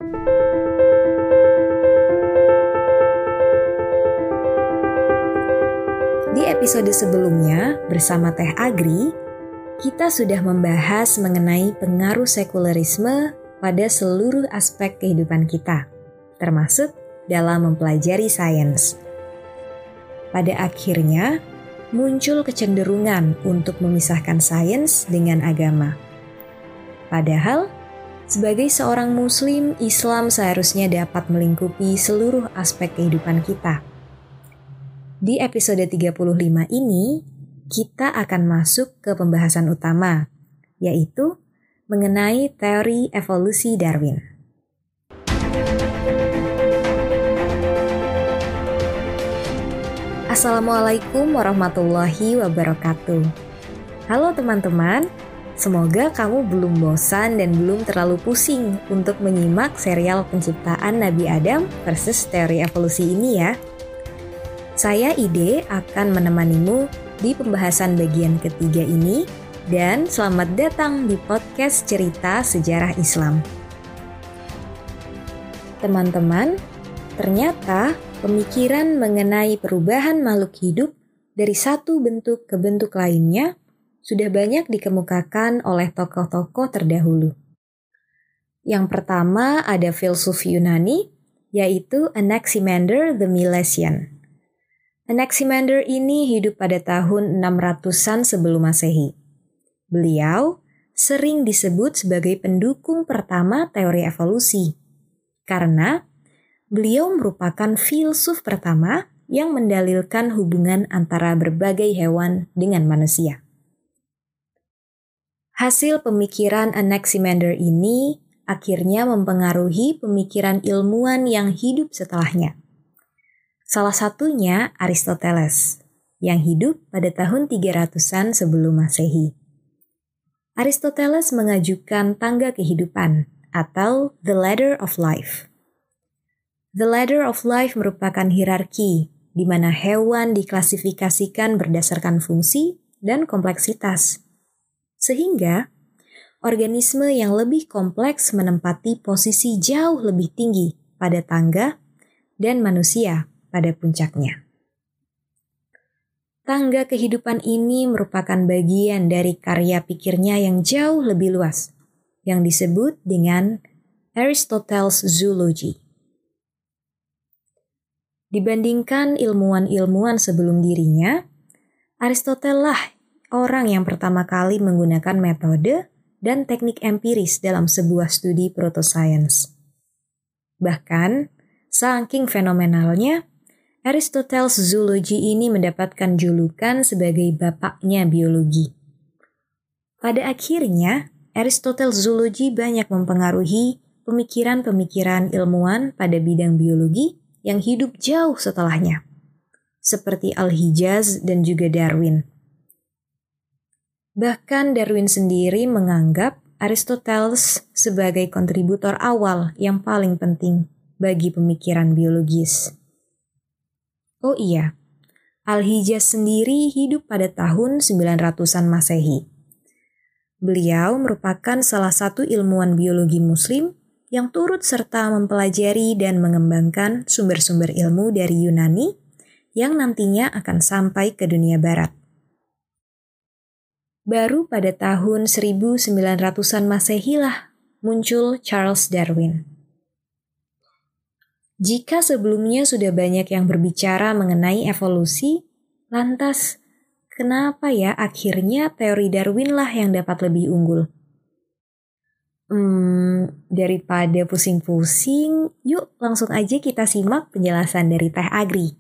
Di episode sebelumnya, bersama Teh Agri, kita sudah membahas mengenai pengaruh sekulerisme pada seluruh aspek kehidupan kita, termasuk dalam mempelajari sains. Pada akhirnya, muncul kecenderungan untuk memisahkan sains dengan agama. Padahal, sebagai seorang Muslim, Islam seharusnya dapat melingkupi seluruh aspek kehidupan kita. Di episode 35 ini, kita akan masuk ke pembahasan utama, yaitu mengenai teori evolusi Darwin. Assalamualaikum warahmatullahi wabarakatuh. Halo teman-teman, semoga kamu belum bosan dan belum terlalu pusing untuk menyimak serial penciptaan Nabi Adam versus teori evolusi ini ya. Saya Ide akan menemanimu di pembahasan bagian ketiga ini dan selamat datang di podcast Cerita Sejarah Islam. Teman-teman, ternyata pemikiran mengenai perubahan makhluk hidup dari satu bentuk ke bentuk lainnya sudah banyak dikemukakan oleh tokoh-tokoh terdahulu. Yang pertama ada filsuf Yunani, yaitu Anaximander the Milesian. Anaximander ini hidup pada tahun 600-an sebelum Masehi. Beliau sering disebut sebagai pendukung pertama teori evolusi, karena beliau merupakan filsuf pertama yang mendalilkan hubungan antara berbagai hewan dengan manusia. Hasil pemikiran Anaximander ini akhirnya mempengaruhi pemikiran ilmuwan yang hidup setelahnya. Salah satunya Aristoteles, yang hidup pada tahun 300-an sebelum Masehi. Aristoteles mengajukan tangga kehidupan atau The Ladder of Life. The Ladder of Life merupakan hierarki di mana hewan diklasifikasikan berdasarkan fungsi dan kompleksitas. Sehingga organisme yang lebih kompleks menempati posisi jauh lebih tinggi pada tangga dan manusia pada puncaknya. Tangga kehidupan ini merupakan bagian dari karya pikirnya yang jauh lebih luas, yang disebut dengan Aristotle's Zoology. Dibandingkan ilmuwan-ilmuwan sebelum dirinya, Aristoteles lah orang yang pertama kali menggunakan metode dan teknik empiris dalam sebuah studi proto-science. Bahkan, saking fenomenalnya, Aristotle's Zoology ini mendapatkan julukan sebagai bapaknya biologi. Pada akhirnya, Aristotle's Zoology banyak mempengaruhi pemikiran-pemikiran ilmuwan pada bidang biologi yang hidup jauh setelahnya, seperti Al-Hijaz dan juga Darwin. Bahkan Darwin sendiri menganggap Aristoteles sebagai kontributor awal yang paling penting bagi pemikiran biologis. Oh iya, Al-Hijaz sendiri hidup pada tahun 900-an Masehi. Beliau merupakan salah satu ilmuwan biologi Muslim yang turut serta mempelajari dan mengembangkan sumber-sumber ilmu dari Yunani yang nantinya akan sampai ke dunia barat. Baru pada tahun 1900-an Masehi lah muncul Charles Darwin. Jika sebelumnya sudah banyak yang berbicara mengenai evolusi, lantas kenapa ya akhirnya teori Darwin lah yang dapat lebih unggul? Daripada pusing-pusing, yuk langsung aja kita simak penjelasan dari Teh Agri.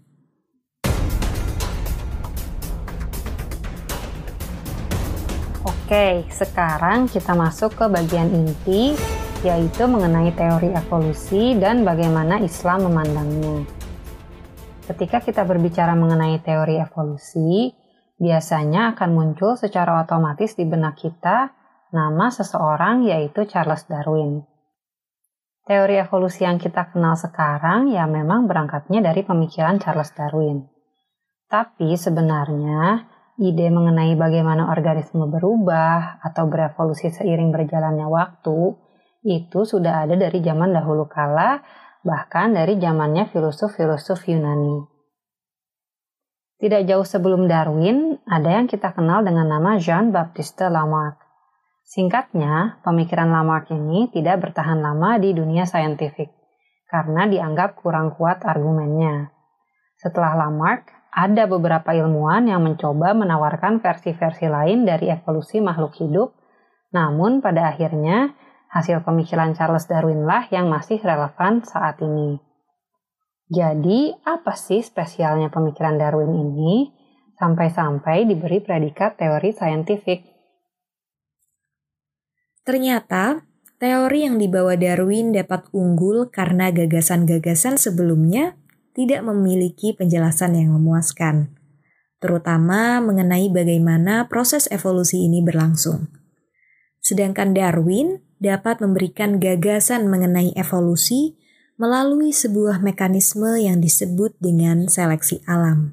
Oke, sekarang kita masuk ke bagian inti, yaitu mengenai teori evolusi dan bagaimana Islam memandangnya. Ketika kita berbicara mengenai teori evolusi, biasanya akan muncul secara otomatis di benak kita nama seseorang yaitu Charles Darwin. Teori evolusi yang kita kenal sekarang ya memang berangkatnya dari pemikiran Charles Darwin. Tapi sebenarnya ide mengenai bagaimana organisme berubah atau berevolusi seiring berjalannya waktu itu sudah ada dari zaman dahulu kala, bahkan dari zamannya filosof-filosof Yunani. Tidak jauh sebelum Darwin, ada yang kita kenal dengan nama Jean-Baptiste Lamarck. Singkatnya, pemikiran Lamarck ini tidak bertahan lama di dunia saintifik, karena dianggap kurang kuat argumennya. Setelah Lamarck, ada beberapa ilmuwan yang mencoba menawarkan versi-versi lain dari evolusi makhluk hidup, namun pada akhirnya, hasil pemikiran Charles Darwin lah yang masih relevan saat ini. Jadi, apa sih spesialnya pemikiran Darwin ini sampai-sampai diberi predikat teori saintifik? Ternyata, teori yang dibawa Darwin dapat unggul karena gagasan-gagasan sebelumnya tidak memiliki penjelasan yang memuaskan, terutama mengenai bagaimana proses evolusi ini berlangsung. Sedangkan Darwin dapat memberikan gagasan mengenai evolusi melalui sebuah mekanisme yang disebut dengan seleksi alam.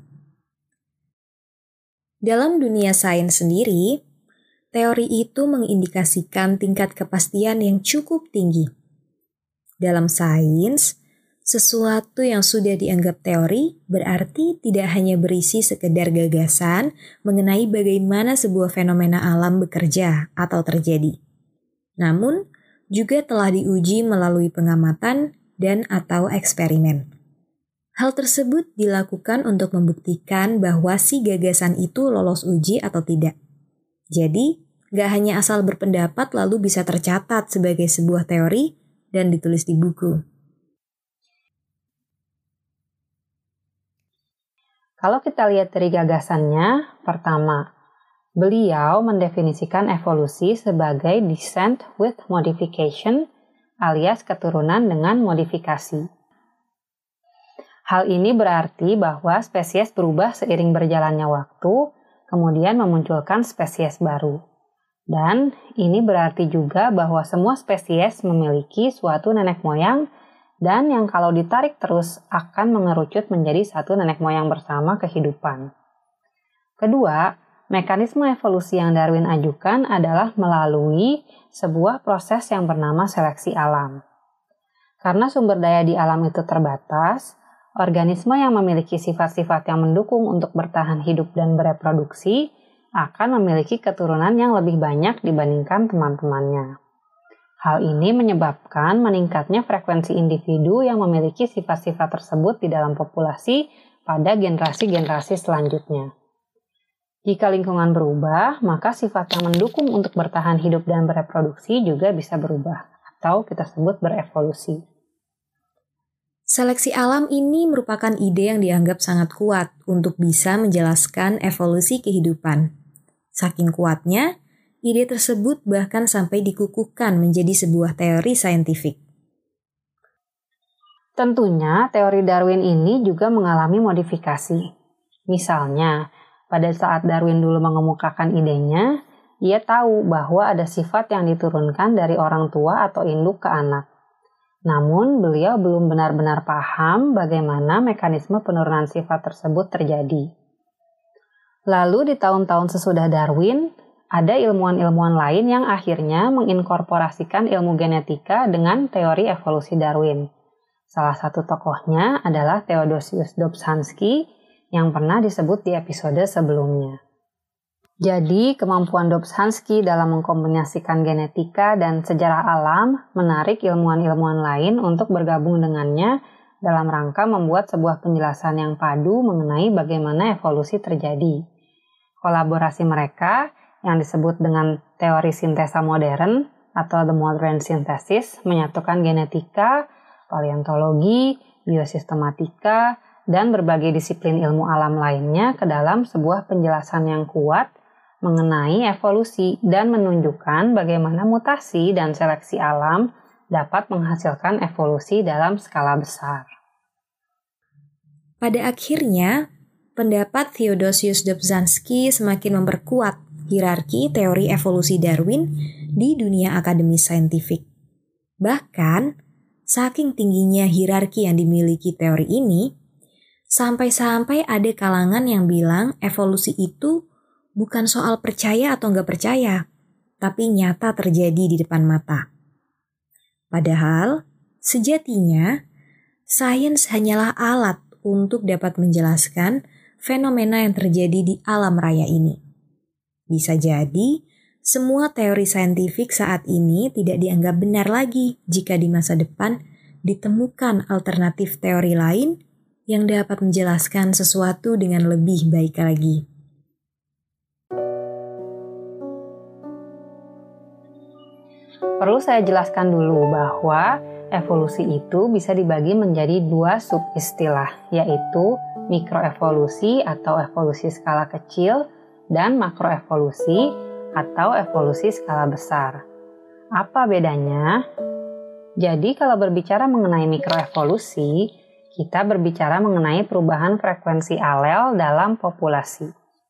Dalam dunia sains sendiri, teori itu mengindikasikan tingkat kepastian yang cukup tinggi. Dalam sains, sesuatu yang sudah dianggap teori berarti tidak hanya berisi sekedar gagasan mengenai bagaimana sebuah fenomena alam bekerja atau terjadi. Namun, juga telah diuji melalui pengamatan dan atau eksperimen. Hal tersebut dilakukan untuk membuktikan bahwa si gagasan itu lolos uji atau tidak. Jadi, gak hanya asal berpendapat lalu bisa tercatat sebagai sebuah teori dan ditulis di buku. Kalau kita lihat dari gagasannya, pertama, beliau mendefinisikan evolusi sebagai descent with modification alias keturunan dengan modifikasi. Hal ini berarti bahwa spesies berubah seiring berjalannya waktu, kemudian memunculkan spesies baru. Dan ini berarti juga bahwa semua spesies memiliki suatu nenek moyang dan yang kalau ditarik terus akan mengerucut menjadi satu nenek moyang bersama kehidupan. Kedua, mekanisme evolusi yang Darwin ajukan adalah melalui sebuah proses yang bernama seleksi alam. Karena sumber daya di alam itu terbatas, organisme yang memiliki sifat-sifat yang mendukung untuk bertahan hidup dan bereproduksi akan memiliki keturunan yang lebih banyak dibandingkan teman-temannya. Hal ini menyebabkan meningkatnya frekuensi individu yang memiliki sifat-sifat tersebut di dalam populasi pada generasi-generasi selanjutnya. Jika lingkungan berubah, maka sifat yang mendukung untuk bertahan hidup dan bereproduksi juga bisa berubah, atau kita sebut berevolusi. Seleksi alam ini merupakan ide yang dianggap sangat kuat untuk bisa menjelaskan evolusi kehidupan. Saking kuatnya, ide tersebut bahkan sampai dikukuhkan menjadi sebuah teori saintifik. Tentunya, teori Darwin ini juga mengalami modifikasi. Misalnya, pada saat Darwin dulu mengemukakan idenya, ia tahu bahwa ada sifat yang diturunkan dari orang tua atau induk ke anak. Namun, beliau belum benar-benar paham bagaimana mekanisme penurunan sifat tersebut terjadi. Lalu, di tahun-tahun sesudah Darwin, ada ilmuwan-ilmuwan lain yang akhirnya menginkorporasikan ilmu genetika dengan teori evolusi Darwin. Salah satu tokohnya adalah Theodosius Dobzhansky, yang pernah disebut di episode sebelumnya. Jadi, kemampuan Dobzhansky dalam mengkombinasikan genetika dan sejarah alam menarik ilmuwan-ilmuwan lain untuk bergabung dengannya dalam rangka membuat sebuah penjelasan yang padu mengenai bagaimana evolusi terjadi. Kolaborasi mereka, yang disebut dengan teori sintesa modern atau the modern synthesis, menyatukan genetika, paleontologi, biosistematika, dan berbagai disiplin ilmu alam lainnya ke dalam sebuah penjelasan yang kuat mengenai evolusi dan menunjukkan bagaimana mutasi dan seleksi alam dapat menghasilkan evolusi dalam skala besar. Pada akhirnya, pendapat Theodosius Dobzhansky semakin memperkuat hierarki teori evolusi Darwin di dunia akademis saintifik. Bahkan, saking tingginya hierarki yang dimiliki teori ini, sampai-sampai ada kalangan yang bilang evolusi itu bukan soal percaya atau nggak percaya, tapi nyata terjadi di depan mata. Padahal, sejatinya, sains hanyalah alat untuk dapat menjelaskan fenomena yang terjadi di alam raya ini. Bisa jadi, semua teori saintifik saat ini tidak dianggap benar lagi jika di masa depan ditemukan alternatif teori lain yang dapat menjelaskan sesuatu dengan lebih baik lagi. Perlu saya jelaskan dulu bahwa evolusi itu bisa dibagi menjadi dua subistilah, yaitu mikroevolusi atau evolusi skala kecil dan makroevolusi atau evolusi skala besar. Apa bedanya? Jadi kalau berbicara mengenai mikroevolusi, kita berbicara mengenai perubahan frekuensi alel dalam populasi.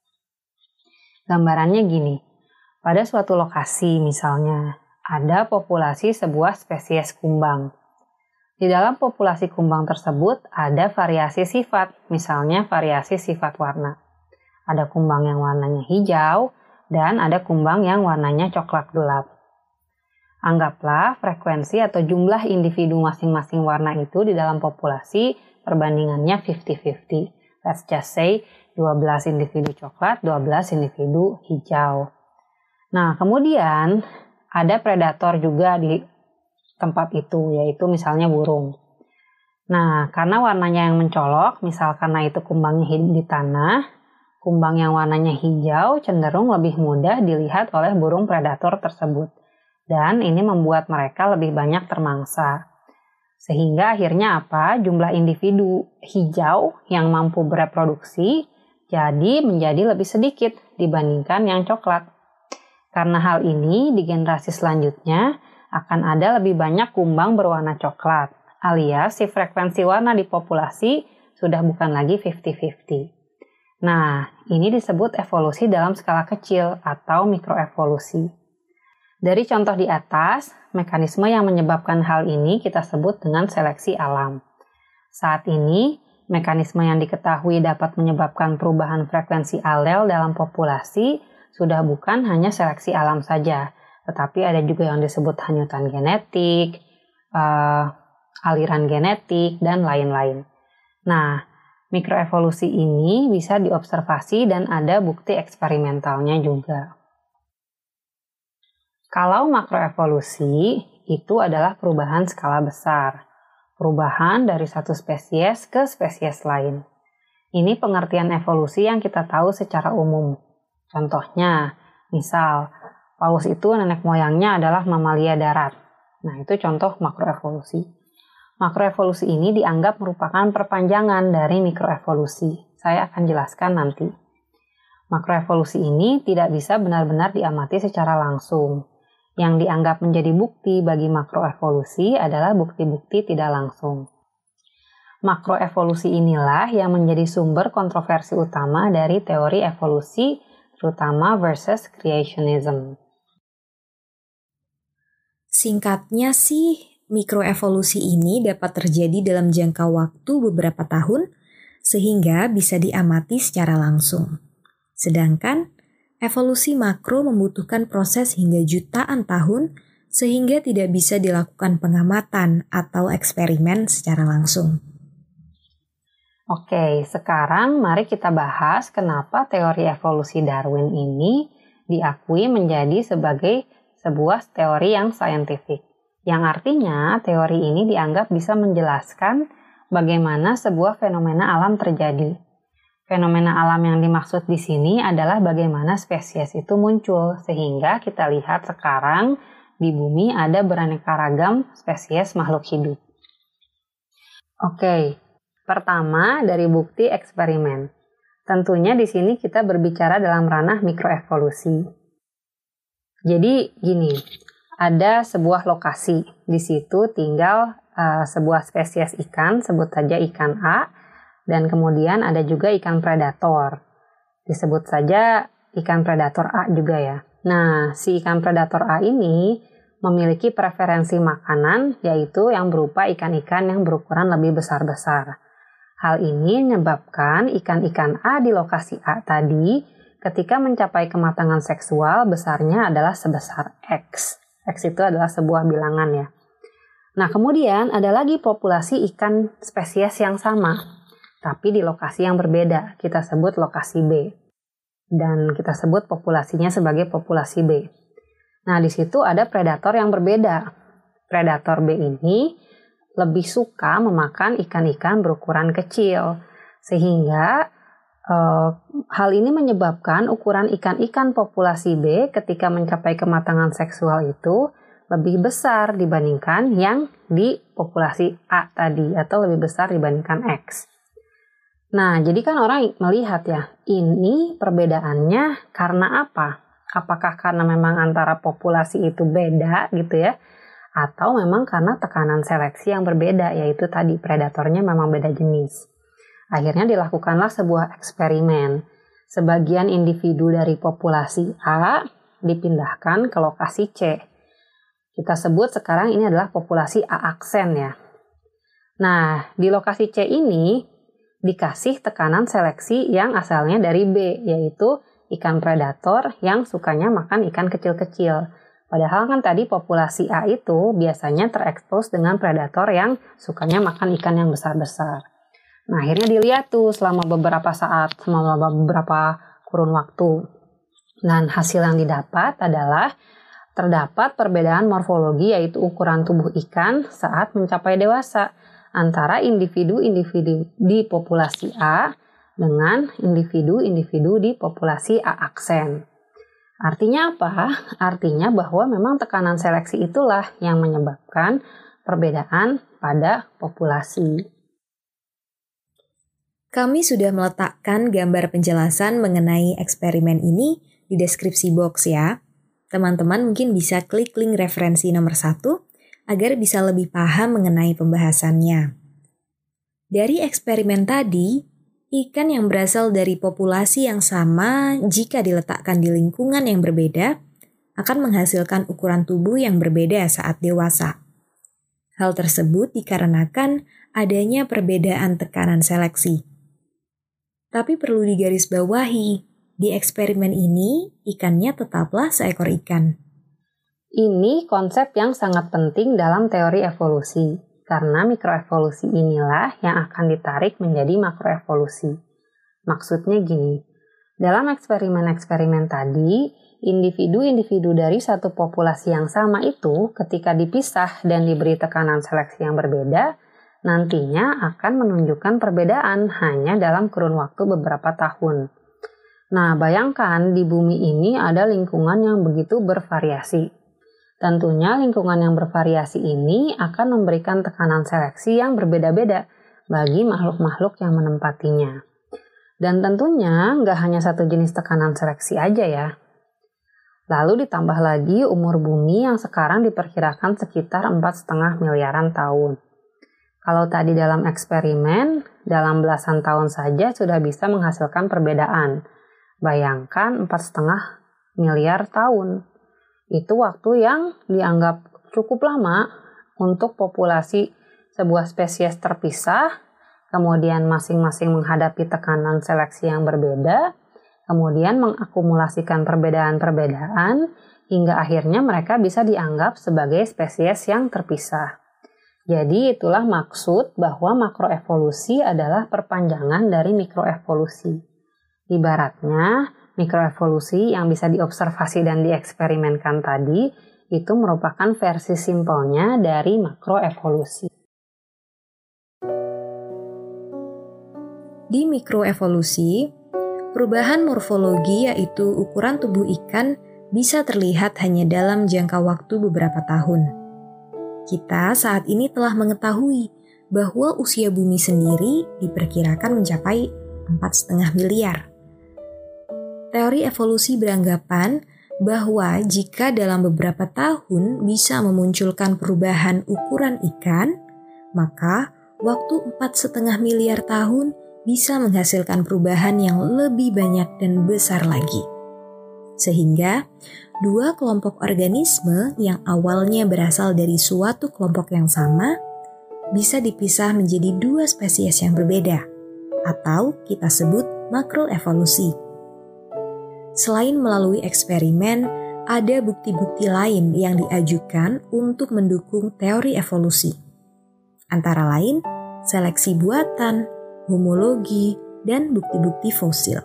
Gambarannya gini, pada suatu lokasi misalnya, ada populasi sebuah spesies kumbang. Di dalam populasi kumbang tersebut ada variasi sifat, misalnya variasi sifat warna. Ada kumbang yang warnanya hijau, dan ada kumbang yang warnanya coklat gelap. Anggaplah frekuensi atau jumlah individu masing-masing warna itu di dalam populasi perbandingannya 50-50. Let's just say 12 individu coklat, 12 individu hijau. Nah, kemudian ada predator juga di tempat itu, yaitu misalnya burung. Nah, karena warnanya yang mencolok, misal karena itu kumbangnya hidup di tanah, kumbang yang warnanya hijau cenderung lebih mudah dilihat oleh burung predator tersebut. Dan ini membuat mereka lebih banyak termangsa. Sehingga akhirnya apa? Jumlah individu hijau yang mampu bereproduksi jadi menjadi lebih sedikit dibandingkan yang coklat. Karena hal ini, di generasi selanjutnya akan ada lebih banyak kumbang berwarna coklat, alias si frekuensi warna di populasi sudah bukan lagi 50-50. Nah, ini disebut evolusi dalam skala kecil atau mikroevolusi. Dari contoh di atas, mekanisme yang menyebabkan hal ini kita sebut dengan seleksi alam. Saat ini, mekanisme yang diketahui dapat menyebabkan perubahan frekuensi alel dalam populasi sudah bukan hanya seleksi alam saja, tetapi ada juga yang disebut hanyutan genetik, aliran genetik, dan lain-lain. Nah, mikroevolusi ini bisa diobservasi dan ada bukti eksperimentalnya juga. Kalau makroevolusi, itu adalah perubahan skala besar, perubahan dari satu spesies ke spesies lain. Ini pengertian evolusi yang kita tahu secara umum. Contohnya, misal, paus itu nenek moyangnya adalah mamalia darat. Nah, itu contoh makroevolusi. Makroevolusi ini dianggap merupakan perpanjangan dari mikroevolusi. Saya akan jelaskan nanti. Makroevolusi ini tidak bisa benar-benar diamati secara langsung. Yang dianggap menjadi bukti bagi makroevolusi adalah bukti-bukti tidak langsung. Makroevolusi inilah yang menjadi sumber kontroversi utama dari teori evolusi, terutama versus creationism. Singkatnya sih, mikroevolusi ini dapat terjadi dalam jangka waktu beberapa tahun sehingga bisa diamati secara langsung. Sedangkan evolusi makro membutuhkan proses hingga jutaan tahun sehingga tidak bisa dilakukan pengamatan atau eksperimen secara langsung. Oke, sekarang mari kita bahas kenapa teori evolusi Darwin ini diakui menjadi sebagai sebuah teori yang saintifik. Yang artinya teori ini dianggap bisa menjelaskan bagaimana sebuah fenomena alam terjadi. Fenomena alam yang dimaksud di sini adalah bagaimana spesies itu muncul, sehingga kita lihat sekarang di bumi ada beraneka ragam spesies makhluk hidup. Oke. Pertama, dari bukti eksperimen. Tentunya di sini kita berbicara dalam ranah mikroevolusi. Jadi gini, ada sebuah lokasi. Di situ tinggal sebuah spesies ikan, sebut saja ikan A, dan kemudian ada juga ikan predator. Disebut saja ikan predator A juga ya. Nah, si ikan predator A ini memiliki preferensi makanan, yaitu yang berupa ikan-ikan yang berukuran lebih besar-besar. Hal ini menyebabkan ikan-ikan A di lokasi A tadi ketika mencapai kematangan seksual besarnya adalah sebesar X. X itu adalah sebuah bilangan ya. Nah, kemudian ada lagi populasi ikan spesies yang sama, tapi di lokasi yang berbeda. Kita sebut lokasi B. Dan kita sebut populasinya sebagai populasi B. Nah, di situ ada predator yang berbeda. Predator B ini lebih suka memakan ikan-ikan berukuran kecil. Sehingga hal ini menyebabkan ukuran ikan-ikan populasi B ketika mencapai kematangan seksual itu lebih besar dibandingkan yang di populasi A tadi, atau lebih besar dibandingkan X. Nah, jadi kan orang melihat ya, ini perbedaannya karena apa? Apakah karena memang antara populasi itu beda gitu ya? Atau memang karena tekanan seleksi yang berbeda, yaitu tadi predatornya memang beda jenis. Akhirnya dilakukanlah sebuah eksperimen. Sebagian individu dari populasi A dipindahkan ke lokasi C. Kita sebut sekarang ini adalah populasi A aksen ya. Nah, di lokasi C ini dikasih tekanan seleksi yang asalnya dari B, yaitu ikan predator yang sukanya makan ikan kecil-kecil. Padahal kan tadi populasi A itu biasanya terekspos dengan predator yang sukanya makan ikan yang besar-besar. Nah, akhirnya dilihat tuh selama beberapa saat, selama beberapa kurun waktu. Dan hasil yang didapat adalah terdapat perbedaan morfologi, yaitu ukuran tubuh ikan saat mencapai dewasa antara individu-individu di populasi A dengan individu-individu di populasi A aksen. Artinya apa? Artinya bahwa memang tekanan seleksi itulah yang menyebabkan perbedaan pada populasi. Kami sudah meletakkan gambar penjelasan mengenai eksperimen ini di deskripsi box ya. Teman-teman mungkin bisa klik link referensi nomor 1 agar bisa lebih paham mengenai pembahasannya. Dari eksperimen tadi, ikan yang berasal dari populasi yang sama jika diletakkan di lingkungan yang berbeda akan menghasilkan ukuran tubuh yang berbeda saat dewasa. Hal tersebut dikarenakan adanya perbedaan tekanan seleksi. Tapi perlu digarisbawahi, di eksperimen ini, ikannya tetaplah seekor ikan. Ini konsep yang sangat penting dalam teori evolusi, karena mikroevolusi inilah yang akan ditarik menjadi makroevolusi. Maksudnya gini, dalam eksperimen-eksperimen tadi, individu-individu dari satu populasi yang sama itu ketika dipisah dan diberi tekanan seleksi yang berbeda, nantinya akan menunjukkan perbedaan hanya dalam kurun waktu beberapa tahun. Nah, bayangkan di bumi ini ada lingkungan yang begitu bervariasi. Tentunya lingkungan yang bervariasi ini akan memberikan tekanan seleksi yang berbeda-beda bagi makhluk-makhluk yang menempatinya. Dan tentunya nggak hanya satu jenis tekanan seleksi aja ya. Lalu ditambah lagi umur bumi yang sekarang diperkirakan sekitar 4,5 miliaran tahun. Kalau tadi dalam eksperimen, dalam belasan tahun saja sudah bisa menghasilkan perbedaan. Bayangkan 4,5 miliar tahun. Itu waktu yang dianggap cukup lama untuk populasi sebuah spesies terpisah, kemudian masing-masing menghadapi tekanan seleksi yang berbeda, kemudian mengakumulasikan perbedaan-perbedaan, hingga akhirnya mereka bisa dianggap sebagai spesies yang terpisah. Jadi itulah maksud bahwa makroevolusi adalah perpanjangan dari mikroevolusi. Ibaratnya, mikroevolusi yang bisa diobservasi dan dieksperimenkan tadi itu merupakan versi simpelnya dari makroevolusi. Di mikroevolusi, perubahan morfologi yaitu ukuran tubuh ikan bisa terlihat hanya dalam jangka waktu beberapa tahun. Kita saat ini telah mengetahui bahwa usia bumi sendiri diperkirakan mencapai 4,5 miliar. Teori evolusi beranggapan bahwa jika dalam beberapa tahun bisa memunculkan perubahan ukuran ikan, maka waktu 4,5 miliar tahun bisa menghasilkan perubahan yang lebih banyak dan besar lagi. Sehingga dua kelompok organisme yang awalnya berasal dari suatu kelompok yang sama bisa dipisah menjadi dua spesies yang berbeda, atau kita sebut makroevolusi. Selain melalui eksperimen, ada bukti-bukti lain yang diajukan untuk mendukung teori evolusi. Antara lain, seleksi buatan, homologi, dan bukti-bukti fosil.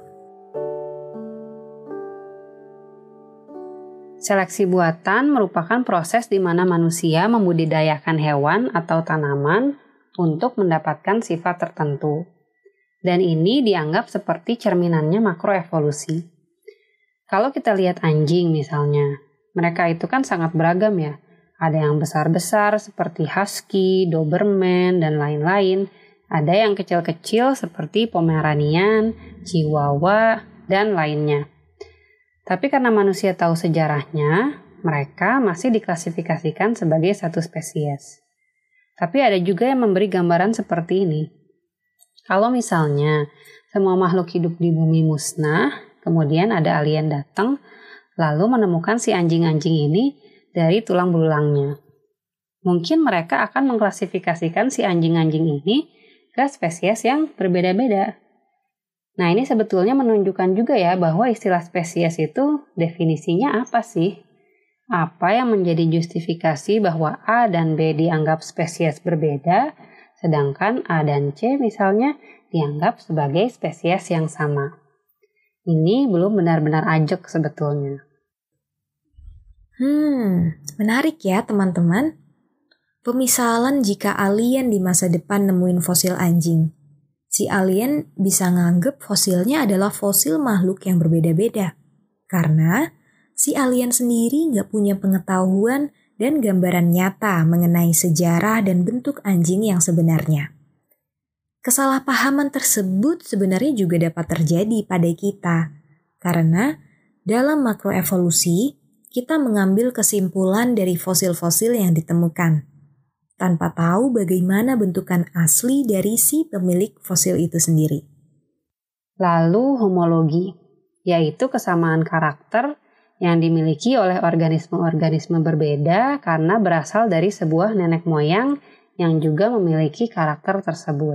Seleksi buatan merupakan proses di mana manusia membudidayakan hewan atau tanaman untuk mendapatkan sifat tertentu. Dan ini dianggap seperti cerminannya makroevolusi. Kalau kita lihat anjing misalnya, mereka itu kan sangat beragam ya. Ada yang besar-besar seperti husky, doberman, dan lain-lain. Ada yang kecil-kecil seperti Pomeranian, Chihuahua, dan lainnya. Tapi karena manusia tahu sejarahnya, mereka masih diklasifikasikan sebagai satu spesies. Tapi ada juga yang memberi gambaran seperti ini. Kalau misalnya semua makhluk hidup di bumi musnah, kemudian ada alien datang, lalu menemukan si anjing-anjing ini dari tulang belulangnya. Mungkin mereka akan mengklasifikasikan si anjing-anjing ini ke spesies yang berbeda-beda. Nah, ini sebetulnya menunjukkan juga ya bahwa istilah spesies itu definisinya apa sih? Apa yang menjadi justifikasi bahwa A dan B dianggap spesies berbeda, sedangkan A dan C misalnya dianggap sebagai spesies yang sama. Ini belum benar-benar ajak sebetulnya. Menarik ya teman-teman. Pemisalan jika alien di masa depan nemuin fosil anjing. Si alien bisa nganggep fosilnya adalah fosil makhluk yang berbeda-beda. Karena si alien sendiri nggak punya pengetahuan dan gambaran nyata mengenai sejarah dan bentuk anjing yang sebenarnya. Kesalahpahaman tersebut sebenarnya juga dapat terjadi pada kita. Karena dalam makroevolusi, kita mengambil kesimpulan dari fosil-fosil yang ditemukan, tanpa tahu bagaimana bentukan asli dari si pemilik fosil itu sendiri. Lalu homologi, yaitu kesamaan karakter yang dimiliki oleh organisme-organisme berbeda karena berasal dari sebuah nenek moyang yang juga memiliki karakter tersebut.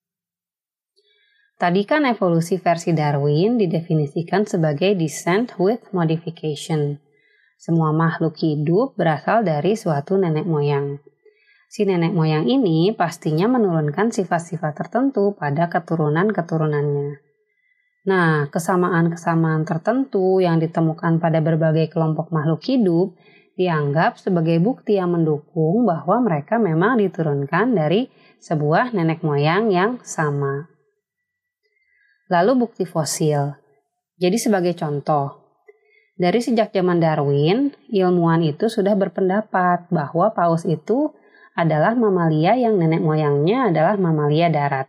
Tadi kan evolusi versi Darwin didefinisikan sebagai descent with modification. Semua makhluk hidup berasal dari suatu nenek moyang. Si nenek moyang ini pastinya menurunkan sifat-sifat tertentu pada keturunan-keturunannya. Nah, kesamaan-kesamaan tertentu yang ditemukan pada berbagai kelompok makhluk hidup dianggap sebagai bukti yang mendukung bahwa mereka memang diturunkan dari sebuah nenek moyang yang sama. Lalu bukti fosil. Jadi sebagai contoh, dari sejak zaman Darwin, ilmuwan itu sudah berpendapat bahwa paus itu adalah mamalia yang nenek moyangnya adalah mamalia darat.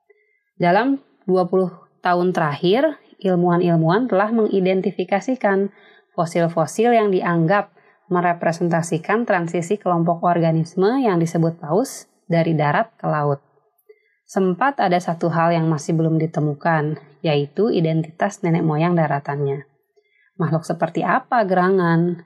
Dalam 20 tahun terakhir, ilmuwan-ilmuwan telah mengidentifikasikan fosil-fosil yang dianggap merepresentasikan transisi kelompok organisme yang disebut paus dari darat ke laut. Sempat ada satu hal yang masih belum ditemukan, yaitu identitas nenek moyang daratannya. Makhluk seperti apa gerangan?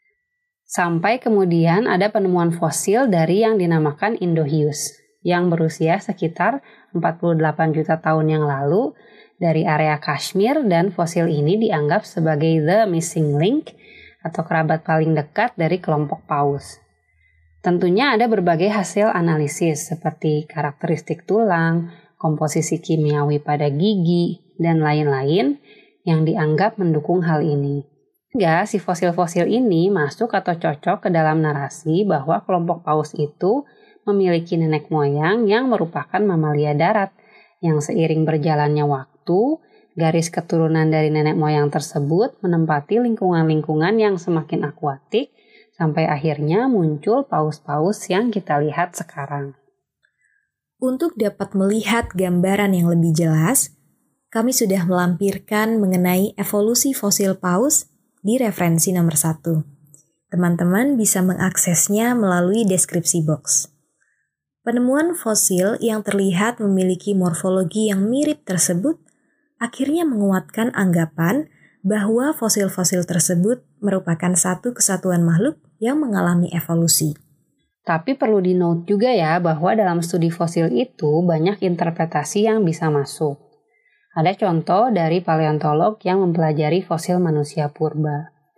Sampai kemudian ada penemuan fosil dari yang dinamakan Indohyus, yang berusia sekitar 48 juta tahun yang lalu dari area Kashmir, dan fosil ini dianggap sebagai the missing link atau kerabat paling dekat dari kelompok paus. Tentunya ada berbagai hasil analisis seperti karakteristik tulang, komposisi kimiawi pada gigi, dan lain-lain yang dianggap mendukung hal ini. Sehingga si fosil-fosil ini masuk atau cocok ke dalam narasi bahwa kelompok paus itu memiliki nenek moyang yang merupakan mamalia darat, yang seiring berjalannya waktu, garis keturunan dari nenek moyang tersebut menempati lingkungan-lingkungan yang semakin akuatik, sampai akhirnya muncul paus-paus yang kita lihat sekarang. Untuk dapat melihat gambaran yang lebih jelas, kami sudah melampirkan mengenai evolusi fosil paus di referensi nomor 1. Teman-teman bisa mengaksesnya melalui deskripsi box. Penemuan fosil yang terlihat memiliki morfologi yang mirip tersebut akhirnya menguatkan anggapan bahwa fosil-fosil tersebut merupakan satu kesatuan makhluk yang mengalami evolusi. Tapi perlu di-note juga ya bahwa dalam studi fosil itu banyak interpretasi yang bisa masuk. Ada contoh dari paleontolog yang mempelajari fosil manusia purba.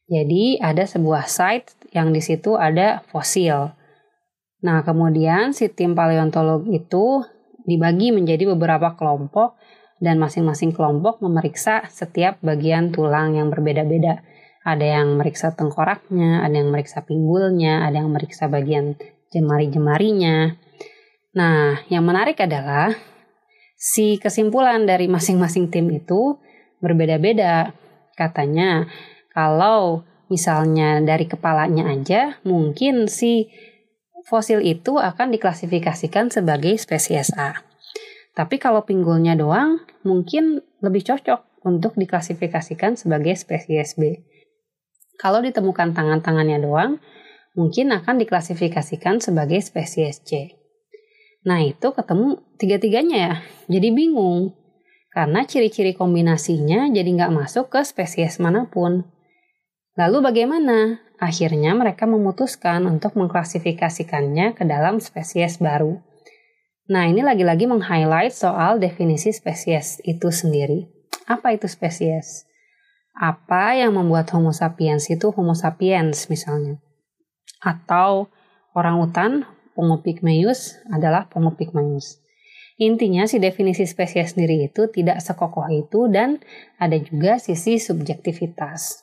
Jadi ada sebuah site yang di situ ada fosil. Nah, kemudian si tim paleontolog itu dibagi menjadi beberapa kelompok dan masing-masing kelompok memeriksa setiap bagian tulang yang berbeda-beda. Ada yang meriksa tengkoraknya, ada yang meriksa pinggulnya, ada yang meriksa bagian jemari-jemarinya. Nah, yang menarik adalah si kesimpulan dari masing-masing tim itu berbeda-beda. Katanya, kalau misalnya dari kepalanya aja, mungkin si fosil itu akan diklasifikasikan sebagai spesies A. Tapi kalau pinggulnya doang, mungkin lebih cocok untuk diklasifikasikan sebagai spesies B. Kalau ditemukan tangan-tangannya doang, mungkin akan diklasifikasikan sebagai spesies C. Nah, itu ketemu tiga-tiganya ya, jadi bingung. Karena ciri-ciri kombinasinya jadi nggak masuk ke spesies manapun. Lalu bagaimana? Akhirnya mereka memutuskan untuk mengklasifikasikannya ke dalam spesies baru. Nah, ini lagi-lagi meng-highlight soal definisi spesies itu sendiri. Apa itu spesies? Apa yang membuat Homo sapiens itu Homo sapiens misalnya? Atau orangutan, Homo pygmaeus adalah Homo pygmaeus. Intinya si definisi spesies sendiri itu tidak sekokoh itu dan ada juga sisi subjektivitas.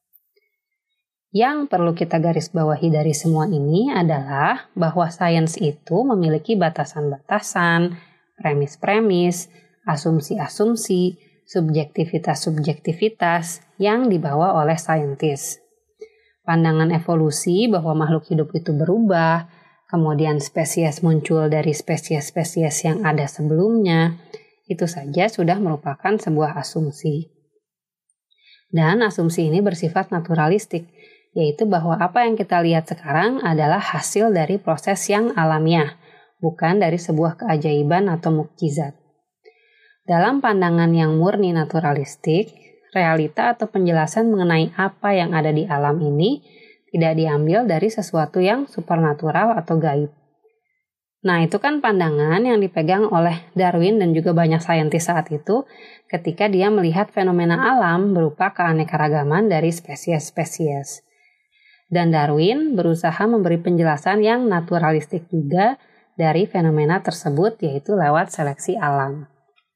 Yang perlu kita garis bawahi dari semua ini adalah bahwa sains itu memiliki batasan-batasan, premis-premis, asumsi-asumsi, subjektivitas-subjektivitas yang dibawa oleh saintis. Pandangan evolusi bahwa makhluk hidup itu berubah, kemudian spesies muncul dari spesies-spesies yang ada sebelumnya, itu saja sudah merupakan sebuah asumsi. Dan asumsi ini bersifat naturalistik, yaitu bahwa apa yang kita lihat sekarang adalah hasil dari proses yang alamiah, bukan dari sebuah keajaiban atau mukjizat. Dalam pandangan yang murni naturalistik, realita atau penjelasan mengenai apa yang ada di alam ini tidak diambil dari sesuatu yang supernatural atau gaib. Nah, itu kan pandangan yang dipegang oleh Darwin dan juga banyak saintis saat itu ketika dia melihat fenomena alam berupa keanekaragaman dari spesies-spesies. Dan Darwin berusaha memberi penjelasan yang naturalistik juga dari fenomena tersebut, yaitu lewat seleksi alam.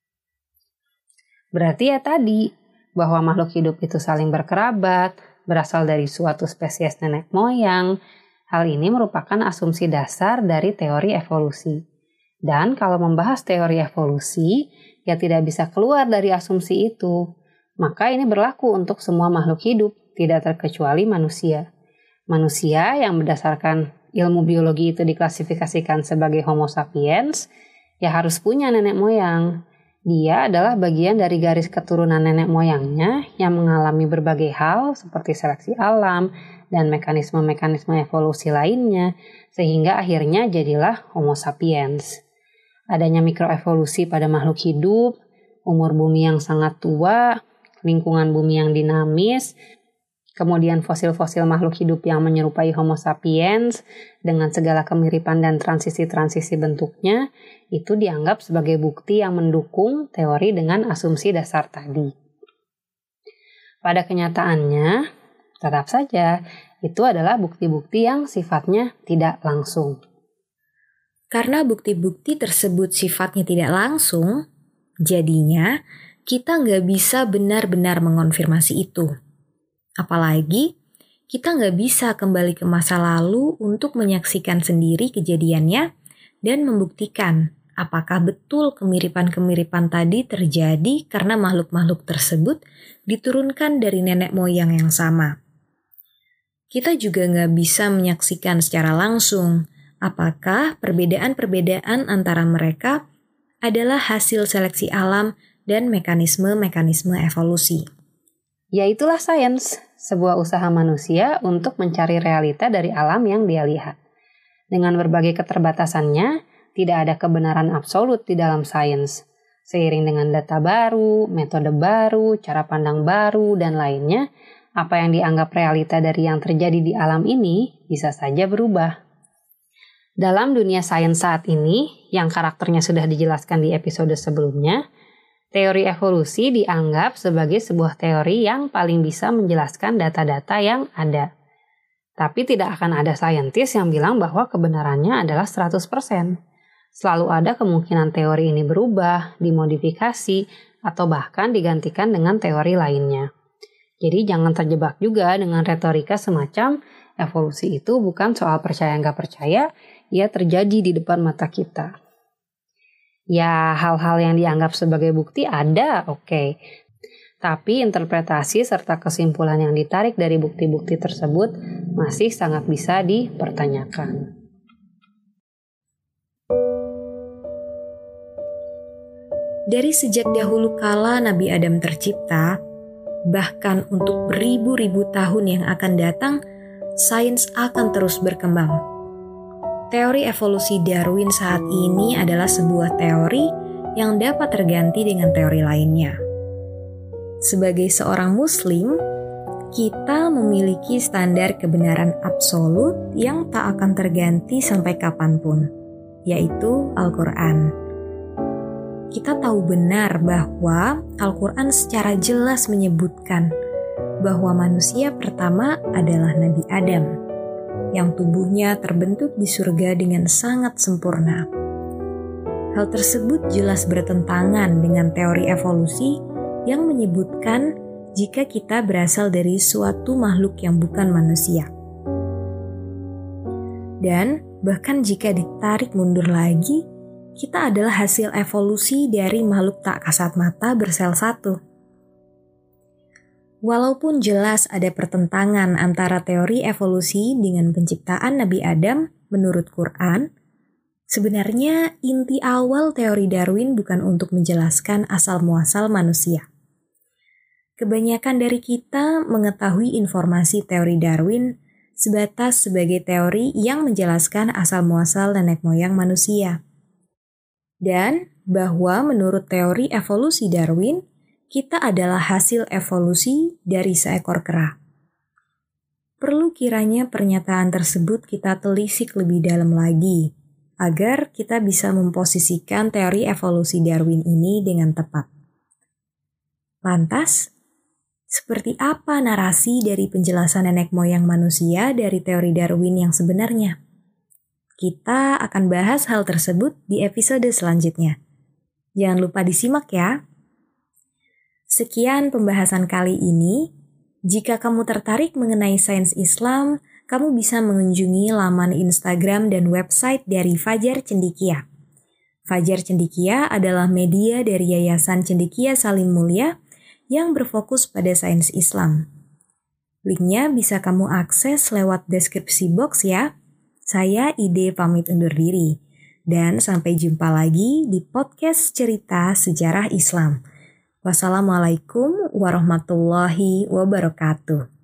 Berarti ya tadi, bahwa makhluk hidup itu saling berkerabat, berasal dari suatu spesies nenek moyang. Hal ini merupakan asumsi dasar dari teori evolusi. Dan kalau membahas teori evolusi, ya tidak bisa keluar dari asumsi itu. Maka ini berlaku untuk semua makhluk hidup, tidak terkecuali manusia. Manusia yang berdasarkan ilmu biologi itu diklasifikasikan sebagai Homo sapiens, ya harus punya nenek moyang. Dia adalah bagian dari garis keturunan nenek moyangnya yang mengalami berbagai hal seperti seleksi alam dan mekanisme-mekanisme evolusi lainnya, sehingga akhirnya jadilah Homo sapiens. Adanya mikroevolusi pada makhluk hidup, umur bumi yang sangat tua, lingkungan bumi yang dinamis, kemudian fosil-fosil makhluk hidup yang menyerupai Homo sapiens dengan segala kemiripan dan transisi-transisi bentuknya, itu dianggap sebagai bukti yang mendukung teori dengan asumsi dasar tadi. Pada kenyataannya, tetap saja itu adalah bukti-bukti yang sifatnya tidak langsung. Karena bukti-bukti tersebut sifatnya tidak langsung, jadinya kita nggak bisa benar-benar mengonfirmasi itu. Apalagi kita nggak bisa kembali ke masa lalu untuk menyaksikan sendiri kejadiannya dan membuktikan apakah betul kemiripan-kemiripan tadi terjadi karena makhluk-makhluk tersebut diturunkan dari nenek moyang yang sama. Kita juga nggak bisa menyaksikan secara langsung apakah perbedaan-perbedaan antara mereka adalah hasil seleksi alam dan mekanisme-mekanisme evolusi. Ya itulah sains, sebuah usaha manusia untuk mencari realita dari alam yang dia lihat. Dengan berbagai keterbatasannya, tidak ada kebenaran absolut di dalam sains. Seiring dengan data baru, metode baru, cara pandang baru, dan lainnya, apa yang dianggap realita dari yang terjadi di alam ini bisa saja berubah. Dalam dunia sains saat ini, yang karakternya sudah dijelaskan di episode sebelumnya, Teori evolusi dianggap sebagai sebuah teori yang paling bisa menjelaskan data-data yang ada. Tapi tidak akan ada saintis yang bilang bahwa kebenarannya adalah 100%. Selalu ada kemungkinan teori ini berubah, dimodifikasi, atau bahkan digantikan dengan teori lainnya. Jadi jangan terjebak juga dengan retorika semacam evolusi itu bukan soal percaya nggak percaya, ia terjadi di depan mata kita. Ya, hal-hal yang dianggap sebagai bukti ada, oke. Tapi interpretasi serta kesimpulan yang ditarik dari bukti-bukti tersebut masih sangat bisa dipertanyakan. Dari sejak dahulu kala Nabi Adam tercipta, bahkan untuk beribu-ribu tahun yang akan datang, sains akan terus berkembang. Teori evolusi Darwin saat ini adalah sebuah teori yang dapat terganti dengan teori lainnya. Sebagai seorang Muslim, kita memiliki standar kebenaran absolut yang tak akan terganti sampai kapanpun, yaitu Al-Quran. Kita tahu benar bahwa Al-Quran secara jelas menyebutkan bahwa manusia pertama adalah Nabi Adam, yang tubuhnya terbentuk di surga dengan sangat sempurna. Hal tersebut jelas bertentangan dengan teori evolusi yang menyebutkan jika kita berasal dari suatu makhluk yang bukan manusia. Dan bahkan jika ditarik mundur lagi, kita adalah hasil evolusi dari makhluk tak kasat mata bersel satu. Walaupun jelas ada pertentangan antara teori evolusi dengan penciptaan Nabi Adam menurut Quran, sebenarnya inti awal teori Darwin bukan untuk menjelaskan asal-muasal manusia. Kebanyakan dari kita mengetahui informasi teori Darwin sebatas sebagai teori yang menjelaskan asal-muasal nenek moyang manusia. Dan bahwa menurut teori evolusi Darwin, kita adalah hasil evolusi dari seekor kera. Perlu kiranya pernyataan tersebut kita telisik lebih dalam lagi, agar kita bisa memposisikan teori evolusi Darwin ini dengan tepat. Lantas, seperti apa narasi dari penjelasan nenek moyang manusia dari teori Darwin yang sebenarnya? Kita akan bahas hal tersebut di episode selanjutnya. Jangan lupa disimak ya. Sekian pembahasan kali ini. Jika kamu tertarik mengenai sains Islam, kamu bisa mengunjungi laman Instagram dan website dari Fajar Cendekia. Fajar Cendekia adalah media dari Yayasan Cendekia Salim Mulia yang berfokus pada sains Islam. Linknya bisa kamu akses lewat deskripsi box ya. Saya Ide pamit undur diri. Dan sampai jumpa lagi di podcast Cerita Sejarah Islam. Wassalamualaikum warahmatullahi wabarakatuh.